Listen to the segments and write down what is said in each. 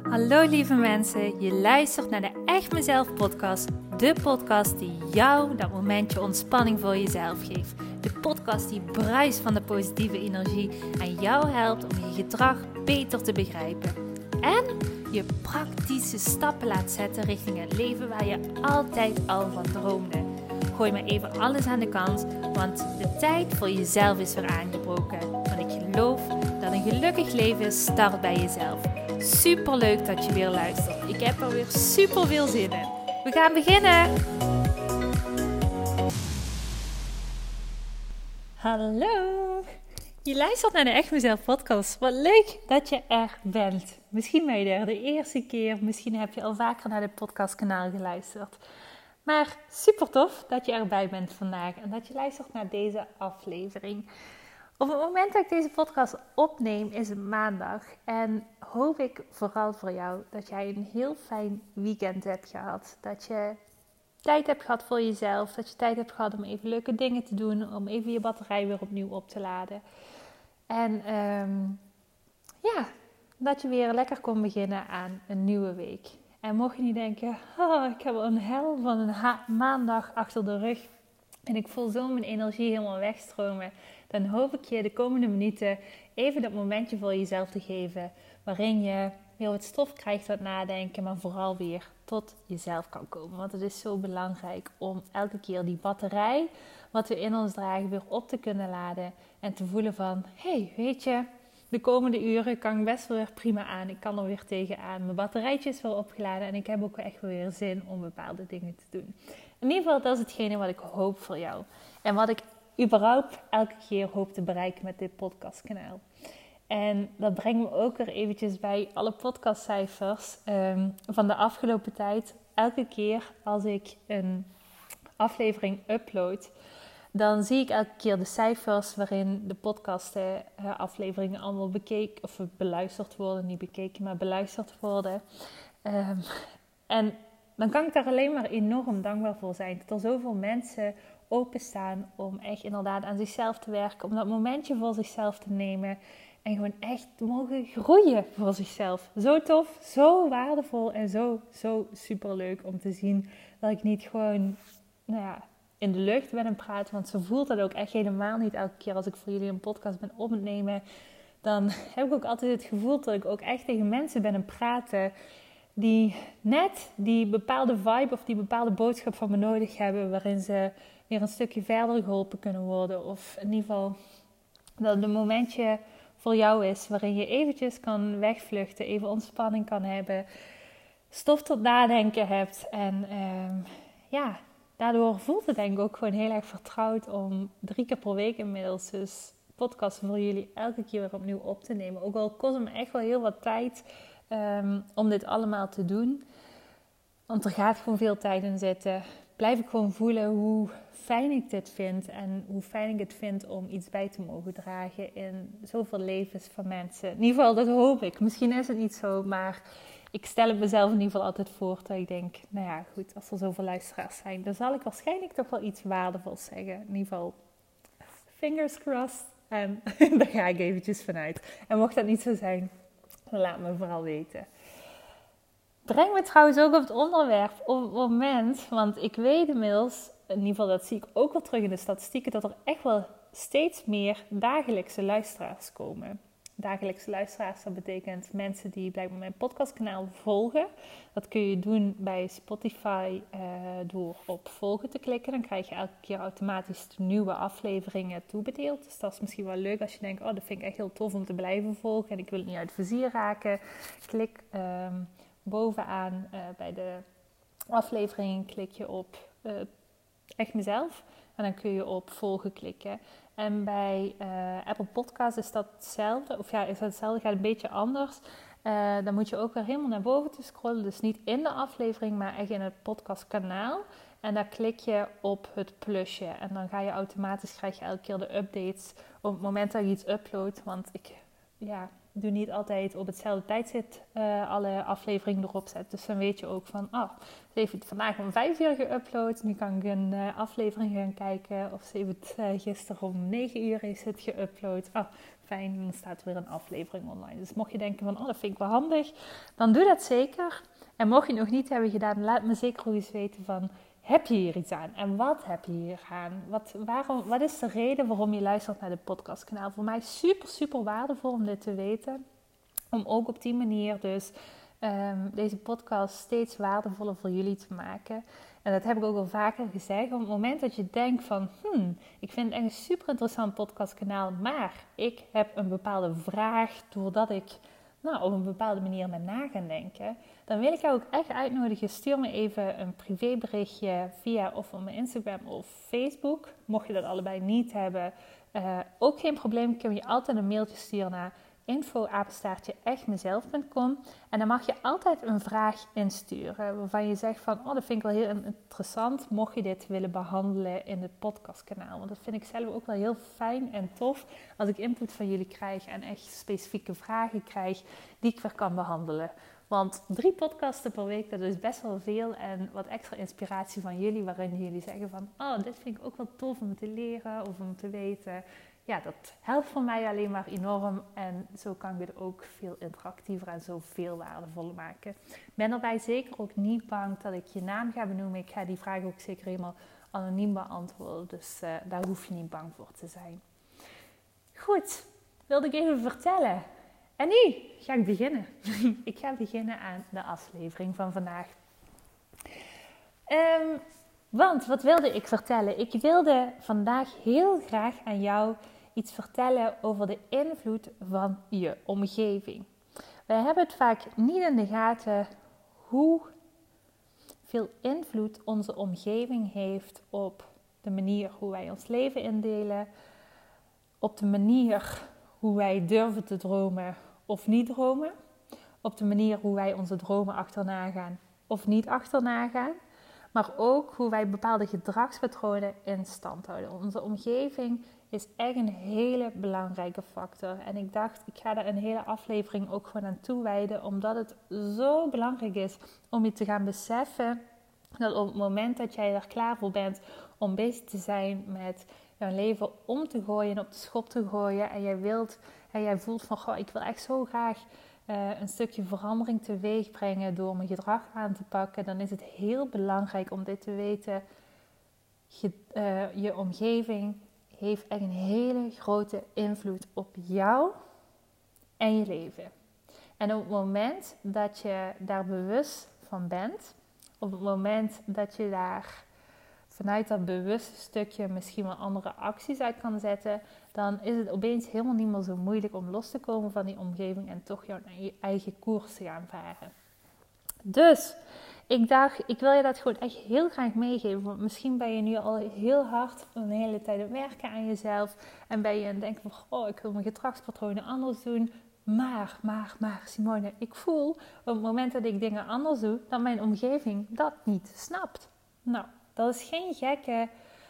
Hallo lieve mensen, je luistert naar de Echt Mezelf podcast. De podcast die jou dat momentje ontspanning voor jezelf geeft. De podcast die bruist van de positieve energie en jou helpt om je gedrag beter te begrijpen. En je praktische stappen laat zetten richting het leven waar je altijd al van droomde. Gooi maar even alles aan de kant, want de tijd voor jezelf is weer aangebroken. Want ik geloof dat een gelukkig leven start bij jezelf. Super leuk dat je weer luistert. Ik heb er weer super veel zin in. We gaan beginnen! Hallo! Je luistert naar de Echt Mezelf podcast. Wat leuk dat je er bent. Misschien ben je er de eerste keer. Misschien heb je al vaker naar dit podcastkanaal geluisterd. Maar super tof dat je erbij bent vandaag. En dat je luistert naar deze aflevering. Op het moment dat ik deze podcast opneem is het maandag. En hoop ik vooral voor jou dat jij een heel fijn weekend hebt gehad. Dat je tijd hebt gehad voor jezelf. Dat je tijd hebt gehad om even leuke dingen te doen. Om even je batterij weer opnieuw op te laden. En dat je weer lekker kon beginnen aan een nieuwe week. En mocht je niet denken, ik heb een hel van een maandag achter de rug. En ik voel zo mijn energie helemaal wegstromen. Dan hoop ik je de komende minuten even dat momentje voor jezelf te geven. Waarin je weer wat stof krijgt wat nadenken. Maar vooral weer tot jezelf kan komen. Want het is zo belangrijk om elke keer die batterij wat we in ons dragen weer op te kunnen laden. En te voelen van, weet je, de komende uren kan ik best wel weer prima aan. Ik kan er weer tegenaan. Mijn batterijtje is wel opgeladen. En ik heb ook echt weer zin om bepaalde dingen te doen. In ieder geval, dat is hetgene wat ik hoop voor jou. En wat ik überhaupt elke keer hoop te bereiken met dit podcastkanaal. En dat brengt me ook weer eventjes bij alle podcastcijfers van de afgelopen tijd. Elke keer als ik een aflevering upload, dan zie ik elke keer de cijfers waarin de podcastafleveringen allemaal bekeken of beluisterd worden. Niet bekeken, maar beluisterd worden. En dan kan ik daar alleen maar enorm dankbaar voor zijn. Dat er zoveel mensen openstaan om echt inderdaad aan zichzelf te werken. Om dat momentje voor zichzelf te nemen. En gewoon echt te mogen groeien voor zichzelf. Zo tof, zo waardevol en zo superleuk om te zien dat ik niet gewoon in de lucht ben aan het praten. Want zo voelt dat ook echt helemaal niet elke keer als ik voor jullie een podcast ben op het nemen. Dan heb ik ook altijd het gevoel dat ik ook echt tegen mensen ben aan het praten die net die bepaalde vibe of die bepaalde boodschap van me nodig hebben. Waarin ze weer een stukje verder geholpen kunnen worden. Of in ieder geval dat het een momentje voor jou is waarin je eventjes kan wegvluchten. Even ontspanning kan hebben. Stof tot nadenken hebt. En daardoor voelt het denk ik ook gewoon heel erg vertrouwd om 3 keer per week inmiddels dus podcasten voor jullie elke keer weer opnieuw op te nemen. Ook al kost het me echt wel heel wat tijd om dit allemaal te doen. Want er gaat gewoon veel tijd in zitten. Blijf ik gewoon voelen hoe fijn ik dit vind. En hoe fijn ik het vind om iets bij te mogen dragen in zoveel levens van mensen. In ieder geval, dat hoop ik. Misschien is het niet zo, maar ik stel het mezelf in ieder geval altijd voor. Dat ik denk, goed, als er zoveel luisteraars zijn, dan zal ik waarschijnlijk toch wel iets waardevols zeggen. In ieder geval, fingers crossed. En daar ga ik eventjes vanuit. En mocht dat niet zo zijn, laat me vooral weten. Breng me trouwens ook op het onderwerp op het moment, want ik weet inmiddels, in ieder geval dat zie ik ook wel terug in de statistieken, dat er echt wel steeds meer dagelijkse luisteraars komen. Dagelijkse luisteraars, dat betekent mensen die blijkbaar mijn podcastkanaal volgen. Dat kun je doen bij Spotify door op volgen te klikken. Dan krijg je elke keer automatisch de nieuwe afleveringen toebedeeld. Dus dat is misschien wel leuk als je denkt, dat vind ik echt heel tof om te blijven volgen. En ik wil het niet uit het vizier raken. Klik bovenaan bij de aflevering, klik je op Echt Mezelf. En dan kun je op volgen klikken. En bij Apple Podcasts is dat hetzelfde. Gaat een beetje anders. Dan moet je ook weer helemaal naar boven te scrollen. Dus niet in de aflevering, maar echt in het podcastkanaal. En daar klik je op het plusje. En dan krijg je elke keer de updates op het moment dat je iets uploadt. Want ik doe niet altijd op hetzelfde tijdstip alle afleveringen erop zetten. Dus dan weet je ook van, ze heeft het vandaag om 5 uur geüpload. Nu kan ik een aflevering gaan kijken. Of ze heeft het gisteren om 9 uur is het geüpload. fijn. Dan staat er weer een aflevering online. Dus mocht je denken van, dat vind ik wel handig, dan doe dat zeker. En mocht je het nog niet hebben gedaan, laat me zeker ook eens weten van, heb je hier iets aan? En wat heb je hier aan? Wat is de reden waarom je luistert naar de podcastkanaal? Voor mij super, super waardevol om dit te weten. Om ook op die manier dus deze podcast steeds waardevoller voor jullie te maken. En dat heb ik ook al vaker gezegd. Op het moment dat je denkt van, ik vind het echt een super interessant podcastkanaal, maar ik heb een bepaalde vraag doordat ik op een bepaalde manier met na gaan denken, dan wil ik jou ook echt uitnodigen. Stuur me even een privéberichtje via of op mijn Instagram of Facebook. Mocht je dat allebei niet hebben, ook geen probleem. Kun je altijd een mailtje sturen naar info@echtmezelf.com. En dan mag je altijd een vraag insturen waarvan je zegt van, dat vind ik wel heel interessant, mocht je dit willen behandelen in het podcastkanaal. Want dat vind ik zelf ook wel heel fijn en tof als ik input van jullie krijg en echt specifieke vragen krijg die ik weer kan behandelen. Want 3 podcasten per week, dat is best wel veel. En wat extra inspiratie van jullie, waarin jullie zeggen van, dit vind ik ook wel tof om te leren of om te weten. Ja, dat helpt voor mij alleen maar enorm. En zo kan ik het ook veel interactiever en zo veel waardevoller maken. Ik ben daarbij zeker ook niet bang dat ik je naam ga benoemen. Ik ga die vraag ook zeker helemaal anoniem beantwoorden. Dus daar hoef je niet bang voor te zijn. Goed, wilde ik even vertellen. En nu ga ik beginnen. Ik ga beginnen aan de aflevering van vandaag. Want wat wilde ik vertellen? Ik wilde vandaag heel graag aan jou iets vertellen over de invloed van je omgeving. Wij hebben het vaak niet in de gaten hoe veel invloed onze omgeving heeft op de manier hoe wij ons leven indelen, op de manier hoe wij durven te dromen of niet dromen, op de manier hoe wij onze dromen achterna gaan of niet achterna gaan, maar ook hoe wij bepaalde gedragspatronen in stand houden. Onze omgeving is echt een hele belangrijke factor. En ik dacht, ik ga daar een hele aflevering ook gewoon aan toewijden, omdat het zo belangrijk is om je te gaan beseffen dat op het moment dat jij er klaar voor bent om bezig te zijn met jouw leven om te gooien en op de schop te gooien, en jij voelt van, ik wil echt zo graag een stukje verandering teweeg brengen door mijn gedrag aan te pakken, dan is het heel belangrijk om dit te weten. Je omgeving heeft echt een hele grote invloed op jou en je leven. En op het moment dat je daar bewust van bent, op het moment dat je daar vanuit dat bewuste stukje misschien wel andere acties uit kan zetten, dan is het opeens helemaal niet meer zo moeilijk om los te komen van die omgeving en toch jouw eigen koers te gaan varen. Dus ik dacht, ik wil je dat gewoon echt heel graag meegeven. Want misschien ben je nu al heel hard een hele tijd aan het werken aan jezelf. En ben je aan het denken van, ik wil mijn gedragspatronen anders doen. Maar Simone, ik voel op het moment dat ik dingen anders doe, dat mijn omgeving dat niet snapt. Nou, dat is geen gekke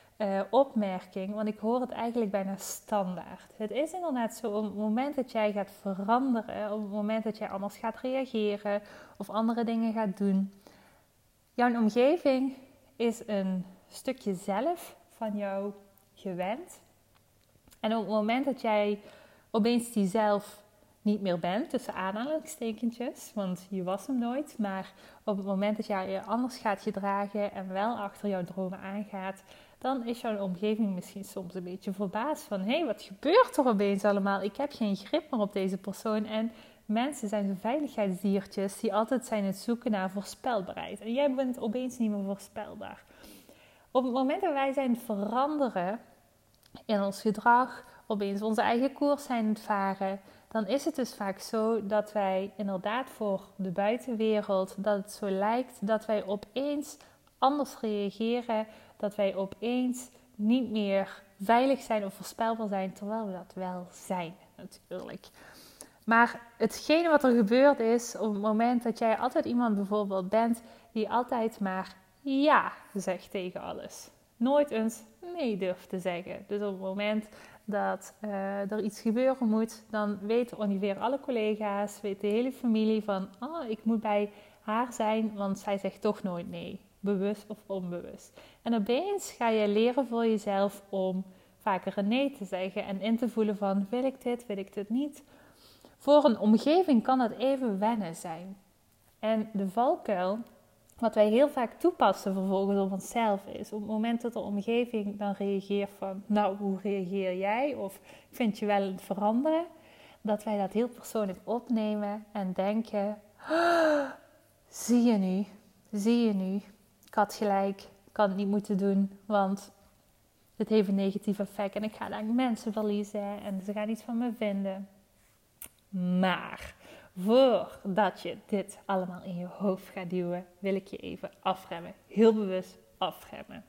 opmerking, want ik hoor het eigenlijk bijna standaard. Het is inderdaad zo, op het moment dat jij gaat veranderen, op het moment dat jij anders gaat reageren of andere dingen gaat doen, jouw omgeving is een stukje zelf van jou gewend. En op het moment dat jij opeens die zelf niet meer bent, tussen aanhalingstekentjes, want je was hem nooit, maar op het moment dat jij je anders gaat gedragen en wel achter jouw dromen aangaat, dan is jouw omgeving misschien soms een beetje verbaasd van, hé, wat gebeurt er opeens allemaal? Ik heb geen grip meer op deze persoon. En mensen zijn zo veiligheidsdiertjes die altijd zijn het zoeken naar voorspelbaarheid. En jij bent opeens niet meer voorspelbaar. Op het moment dat wij zijn veranderen in ons gedrag, opeens onze eigen koers zijn het varen, dan is het dus vaak zo dat wij inderdaad voor de buitenwereld, dat het zo lijkt dat wij opeens anders reageren, dat wij opeens niet meer veilig zijn of voorspelbaar zijn, terwijl we dat wel zijn natuurlijk. Maar hetgene wat er gebeurt is, op het moment dat jij altijd iemand bijvoorbeeld bent die altijd maar ja zegt tegen alles. Nooit eens nee durft te zeggen. Dus op het moment dat er iets gebeuren moet, dan weten ongeveer alle collega's, weet de hele familie van, ik moet bij haar zijn, want zij zegt toch nooit nee. Bewust of onbewust. En opeens ga je leren voor jezelf om vaker een nee te zeggen en in te voelen van wil ik dit niet. Voor een omgeving kan dat even wennen zijn. En de valkuil, wat wij heel vaak toepassen vervolgens op onszelf is, op het moment dat de omgeving dan reageert van nou, hoe reageer jij? Of ik vind je wel het veranderen. Dat wij dat heel persoonlijk opnemen en denken, zie je nu, ik had gelijk, ik had het niet moeten doen, want dit heeft een negatief effect en ik ga daar mensen verliezen en ze gaan iets van me vinden. Maar voordat je dit allemaal in je hoofd gaat duwen, wil ik je even afremmen. Heel bewust afremmen.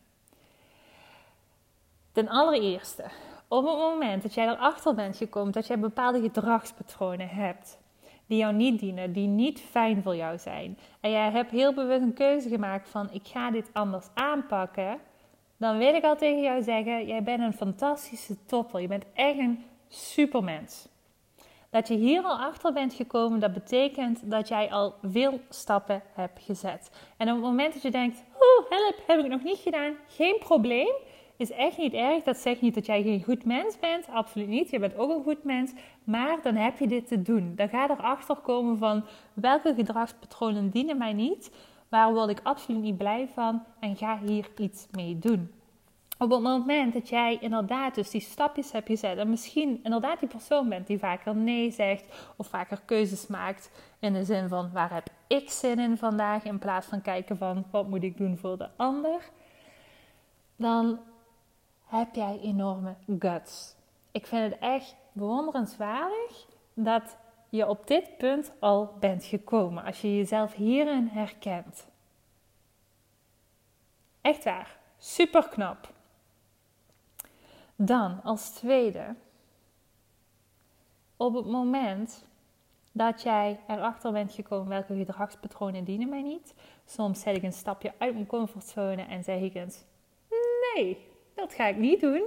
Ten allereerste, op het moment dat jij erachter bent gekomen dat jij bepaalde gedragspatronen hebt die jou niet dienen, die niet fijn voor jou zijn, en jij hebt heel bewust een keuze gemaakt van ik ga dit anders aanpakken, dan wil ik al tegen jou zeggen, jij bent een fantastische topper. Je bent echt een supermens. Dat je hier al achter bent gekomen, dat betekent dat jij al veel stappen hebt gezet. En op het moment dat je denkt, help, heb ik nog niet gedaan, geen probleem. Is echt niet erg. Dat zegt niet dat jij geen goed mens bent. Absoluut niet. Je bent ook een goed mens. Maar dan heb je dit te doen. Dan ga je erachter komen van welke gedragspatronen dienen mij niet. Waar word ik absoluut niet blij van. En ga hier iets mee doen. Op het moment dat jij inderdaad dus die stapjes hebt gezet. En misschien inderdaad die persoon bent die vaker nee zegt. Of vaker keuzes maakt. In de zin van waar heb ik zin in vandaag. In plaats van kijken van wat moet ik doen voor de ander. Dan heb jij enorme guts. Ik vind het echt bewonderenswaardig dat je op dit punt al bent gekomen. Als je jezelf hierin herkent. Echt waar. Super knap. Dan als tweede. Op het moment dat jij erachter bent gekomen welke gedragspatronen dienen mij niet. Soms zet ik een stapje uit mijn comfortzone en zeg ik eens nee. Dat ga ik niet doen.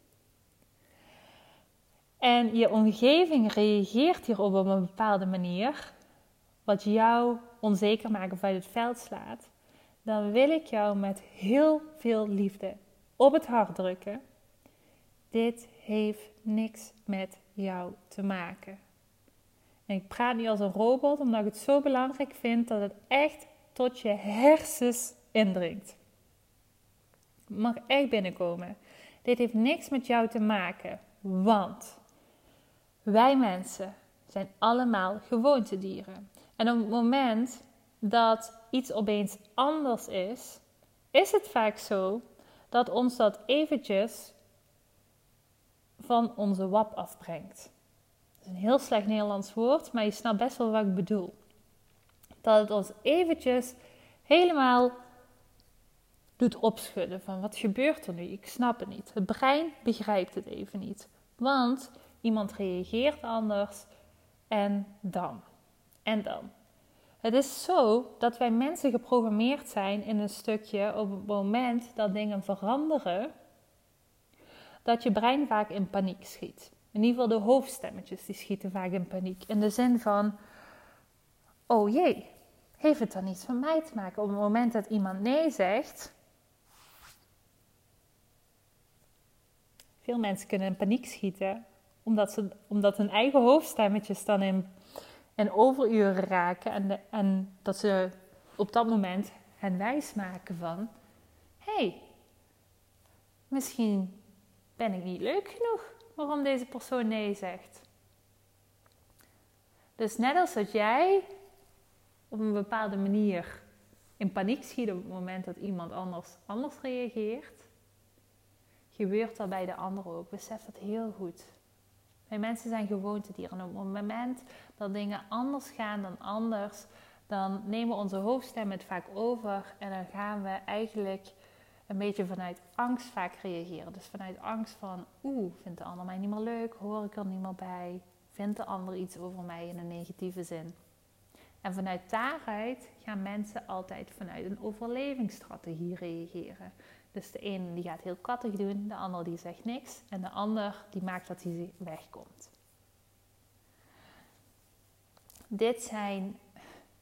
En je omgeving reageert hierop op een bepaalde manier. Wat jou onzeker maakt of uit het veld slaat. Dan wil ik jou met heel veel liefde op het hart drukken. Dit heeft niks met jou te maken. En ik praat niet als een robot, omdat ik het zo belangrijk vind dat het echt tot je hersens indringt. Het mag echt binnenkomen. Dit heeft niks met jou te maken, want wij mensen zijn allemaal gewoontedieren. En op het moment dat iets opeens anders is het vaak zo dat ons dat eventjes van onze wap afbrengt. Dat is een heel slecht Nederlands woord, maar je snapt best wel wat ik bedoel. Dat het ons eventjes helemaal doet opschudden van wat gebeurt er nu? Ik snap het niet. Het brein begrijpt het even niet. Want iemand reageert anders en dan. Het is zo dat wij mensen geprogrammeerd zijn in een stukje op het moment dat dingen veranderen, dat je brein vaak in paniek schiet. In ieder geval de hoofdstemmetjes die schieten vaak in paniek. In de zin van, oh jee, heeft het dan iets van mij te maken? Op het moment dat iemand nee zegt, veel mensen kunnen in paniek schieten, omdat hun eigen hoofdstemmetjes dan in overuren raken. En dat ze op dat moment hen wijsmaken van, hey, misschien ben ik niet leuk genoeg waarom deze persoon nee zegt. Dus net als dat jij op een bepaalde manier in paniek schiet op het moment dat iemand anders reageert, gebeurt dat bij de ander ook. Besef dat heel goed. Wij mensen zijn gewoontedieren. En op het moment dat dingen anders gaan dan anders, dan nemen onze hoofdstemmen het vaak over. En dan gaan we eigenlijk een beetje vanuit angst vaak reageren. Dus vanuit angst van, vindt de ander mij niet meer leuk? Hoor ik er niet meer bij? Vindt de ander iets over mij in een negatieve zin? En vanuit daaruit gaan mensen altijd vanuit een overlevingsstrategie reageren. Dus de ene die gaat heel kattig doen, de ander die zegt niks. En de ander die maakt dat hij wegkomt. Dit zijn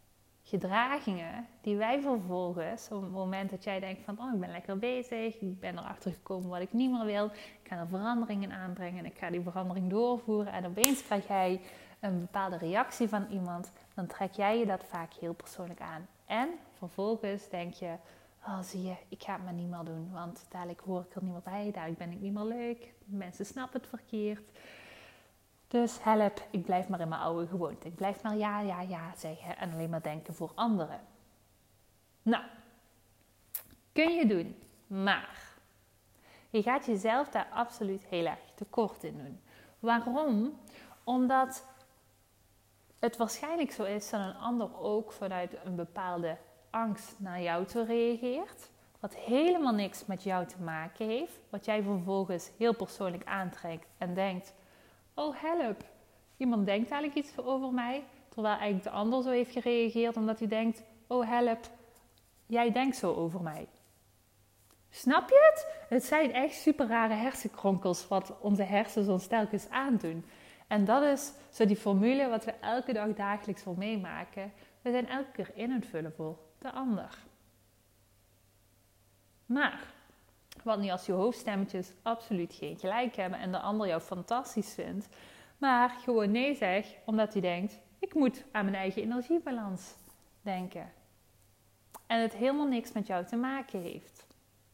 gedragingen die wij vervolgens, op het moment dat jij denkt van, oh, ik ben lekker bezig, ik ben erachter gekomen wat ik niet meer wil, ik ga er veranderingen aanbrengen en ik ga die verandering doorvoeren en opeens krijg jij een bepaalde reactie van iemand, dan trek jij je dat vaak heel persoonlijk aan. En vervolgens denk je, oh zie je, ik ga het maar niet meer doen, want dadelijk hoor ik er niet meer bij, dadelijk ben ik niet meer leuk, mensen snappen het verkeerd. Dus help, ik blijf maar in mijn oude gewoonte. Ik blijf maar ja zeggen en alleen maar denken voor anderen. Nou, kun je doen, maar je gaat jezelf daar absoluut heel erg tekort in doen. Waarom? Omdat het waarschijnlijk zo is dat een ander ook vanuit een bepaalde angst naar jou toe reageert. Wat helemaal niks met jou te maken heeft. Wat jij vervolgens heel persoonlijk aantrekt en denkt, oh help, iemand denkt eigenlijk iets over mij. Terwijl eigenlijk de ander zo heeft gereageerd omdat hij denkt, oh help, jij denkt zo over mij. Snap je het? Het zijn echt super rare hersenkronkels wat onze hersens ons telkens aandoen. En dat is zo die formule wat we elke dag dagelijks voor meemaken. We zijn elke keer in het vullen voor de ander. Maar, wat niet als je hoofdstemmetjes absoluut geen gelijk hebben en de ander jou fantastisch vindt, maar gewoon nee zegt omdat hij denkt, ik moet aan mijn eigen energiebalans denken. En het helemaal niks met jou te maken heeft.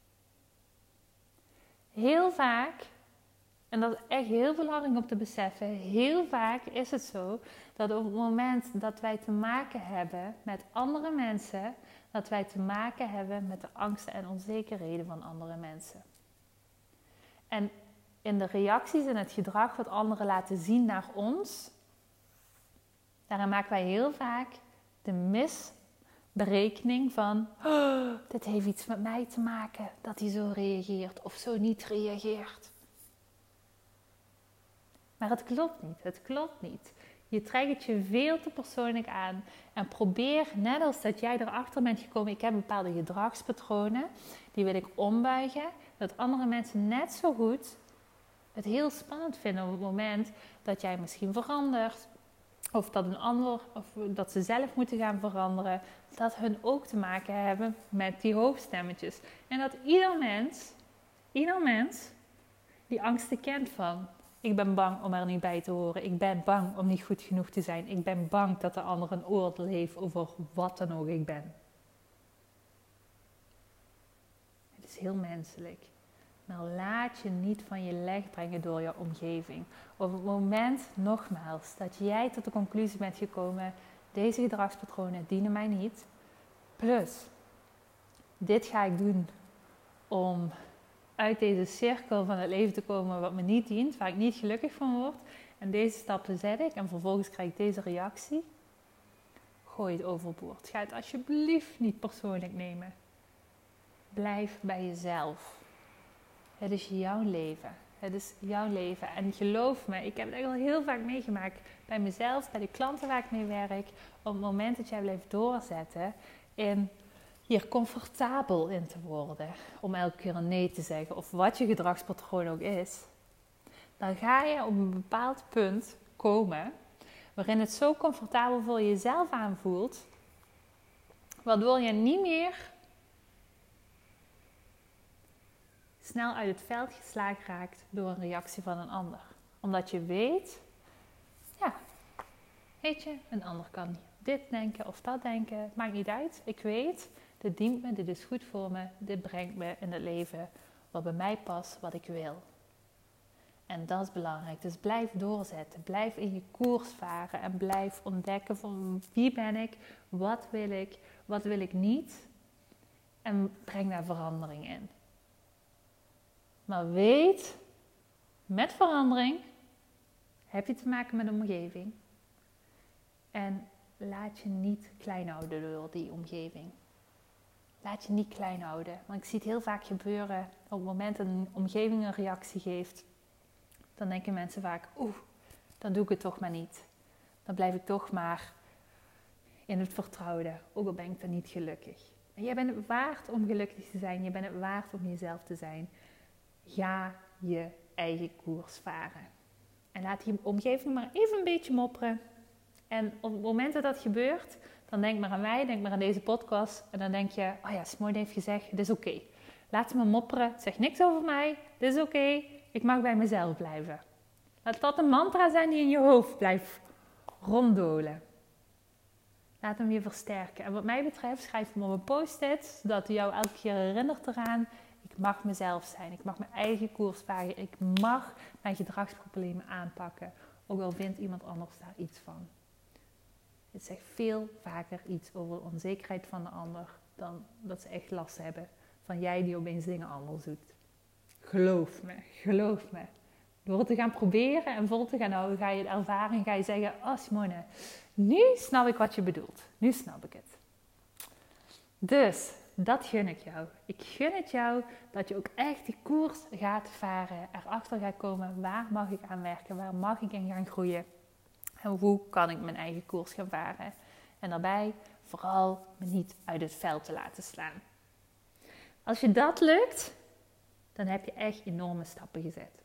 Heel vaak, en dat is echt heel belangrijk om te beseffen, heel vaak is het zo dat op het moment dat wij te maken hebben met andere mensen, dat wij te maken hebben met de angsten en onzekerheden van andere mensen. En in de reacties en het gedrag wat anderen laten zien naar ons, daarin maken wij heel vaak de misberekening van, oh, dit heeft iets met mij te maken dat hij zo reageert of zo niet reageert. Maar het klopt niet. Je trekt het je veel te persoonlijk aan. En probeer, net als dat jij erachter bent gekomen, ik heb bepaalde gedragspatronen, die wil ik ombuigen, dat andere mensen net zo goed het heel spannend vinden op het moment dat jij misschien verandert. Of dat een ander, of dat ze zelf moeten gaan veranderen. Dat hun ook te maken hebben met die hoofdstemmetjes. En dat ieder mens die angsten kent van, ik ben bang om er niet bij te horen. Ik ben bang om niet goed genoeg te zijn. Ik ben bang dat de ander een oordeel heeft over wat dan ook ik ben. Het is heel menselijk. Maar laat je niet van je leg brengen door je omgeving. Op het moment, nogmaals, dat jij tot de conclusie bent gekomen, deze gedragspatronen dienen mij niet. Plus, dit ga ik doen om uit deze cirkel van het leven te komen wat me niet dient, waar ik niet gelukkig van word. En deze stappen zet ik en vervolgens krijg ik deze reactie. Gooi het overboord. Ga het alsjeblieft niet persoonlijk nemen. Blijf bij jezelf. Het is jouw leven. Het is jouw leven. En geloof me, ik heb het echt al heel vaak meegemaakt bij mezelf, bij de klanten waar ik mee werk. Op het moment dat jij blijft doorzetten in hier comfortabel in te worden, om elke keer een nee te zeggen, of wat je gedragspatroon ook is, dan ga je op een bepaald punt komen waarin het zo comfortabel voor jezelf aanvoelt, waardoor je niet meer snel uit het veld geslagen raakt door een reactie van een ander. Omdat je weet, ja, weet je, een ander kan dit denken of dat denken, het maakt niet uit. Ik weet, dit dient me, dit is goed voor me, dit brengt me in het leven wat bij mij past, wat ik wil. En dat is belangrijk. Dus blijf doorzetten, blijf in je koers varen en blijf ontdekken van wie ben ik, wat wil ik niet en breng daar verandering in. Maar weet, met verandering heb je te maken met een omgeving. En laat je niet klein houden door die omgeving. Laat je niet klein houden. Want ik zie het heel vaak gebeuren op het moment dat een omgeving een reactie geeft. Dan denken mensen vaak, dan doe ik het toch maar niet. Dan blijf ik toch maar in het vertrouwde, ook al ben ik dan niet gelukkig. En jij bent het waard om gelukkig te zijn. Je bent het waard om jezelf te zijn. Ga je eigen koers varen. En laat die omgeving maar even een beetje mopperen. En op het moment dat dat gebeurt, dan denk maar aan mij, denk maar aan deze podcast. En dan denk je, oh ja, Simone heeft gezegd, dit is oké. Laat me mopperen, zeg niks over mij, dit is oké. Ik mag bij mezelf blijven. Laat dat een mantra zijn die in je hoofd blijft ronddolen. Laat hem je versterken. En wat mij betreft, schrijf hem op een post-it, zodat hij jou elke keer herinnert eraan. Ik mag mezelf zijn. Ik mag mijn eigen koers varen. Ik mag mijn gedragsproblemen aanpakken. Ook al vindt iemand anders daar iets van. Het zegt veel vaker iets over de onzekerheid van de ander dan dat ze echt last hebben van jij die opeens dingen anders doet. Geloof me. Door het te gaan proberen en vol te gaan houden, ga je het ervaren en ga je zeggen, oh Simone, nu snap ik wat je bedoelt. Nu snap ik het. Dus, dat gun ik jou. Ik gun het jou dat je ook echt die koers gaat varen. Erachter gaat komen, waar mag ik aan werken? Waar mag ik in gaan groeien? En hoe kan ik mijn eigen koers gaan varen? En daarbij vooral me niet uit het veld te laten slaan. Als je dat lukt, dan heb je echt enorme stappen gezet.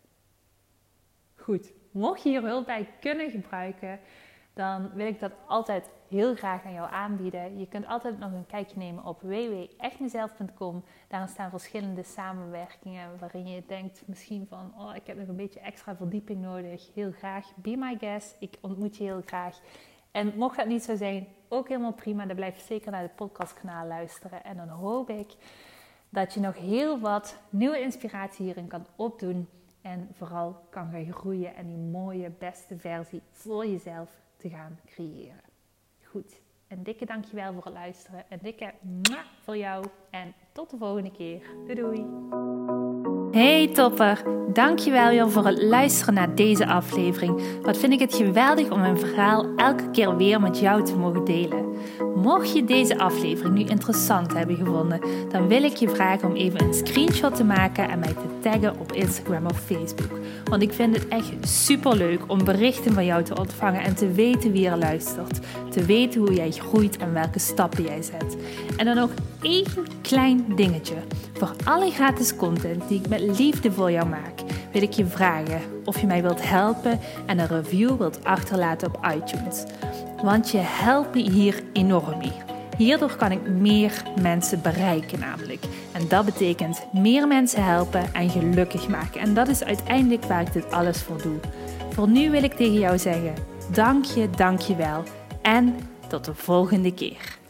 Goed, mocht je hier hulp bij kunnen gebruiken, dan wil ik dat altijd heel graag aan jou aanbieden. Je kunt altijd nog een kijkje nemen op www.echtmezelf.com. Daar staan verschillende samenwerkingen waarin je denkt misschien van, oh, ik heb nog een beetje extra verdieping nodig. Heel graag, be my guest. Ik ontmoet je heel graag. En mocht dat niet zo zijn, ook helemaal prima. Dan blijf je zeker naar het podcastkanaal luisteren. En dan hoop ik dat je nog heel wat nieuwe inspiratie hierin kan opdoen. En vooral kan gaan groeien en die mooie, beste versie voor jezelf te gaan creëren. Goed, een dikke dankjewel voor het luisteren. Een dikke mwah voor jou. En tot de volgende keer. Doei doei. Hey topper, dankjewel weer voor het luisteren naar deze aflevering. Wat vind ik het geweldig om mijn verhaal elke keer weer met jou te mogen delen. Mocht je deze aflevering nu interessant hebben gevonden, dan wil ik je vragen om even een screenshot te maken en mij te taggen op Instagram of Facebook. Want ik vind het echt superleuk om berichten van jou te ontvangen en te weten wie er luistert. Te weten hoe jij groeit en welke stappen jij zet. En dan nog één klein dingetje. Voor alle gratis content die ik met liefde voor jou maak, wil ik je vragen of je mij wilt helpen en een review wilt achterlaten op iTunes. Want je helpt me hier enorm mee. Hierdoor kan ik meer mensen bereiken namelijk. En dat betekent meer mensen helpen en gelukkig maken. En dat is uiteindelijk waar ik dit alles voor doe. Voor nu wil ik tegen jou zeggen, dank je wel. En tot de volgende keer.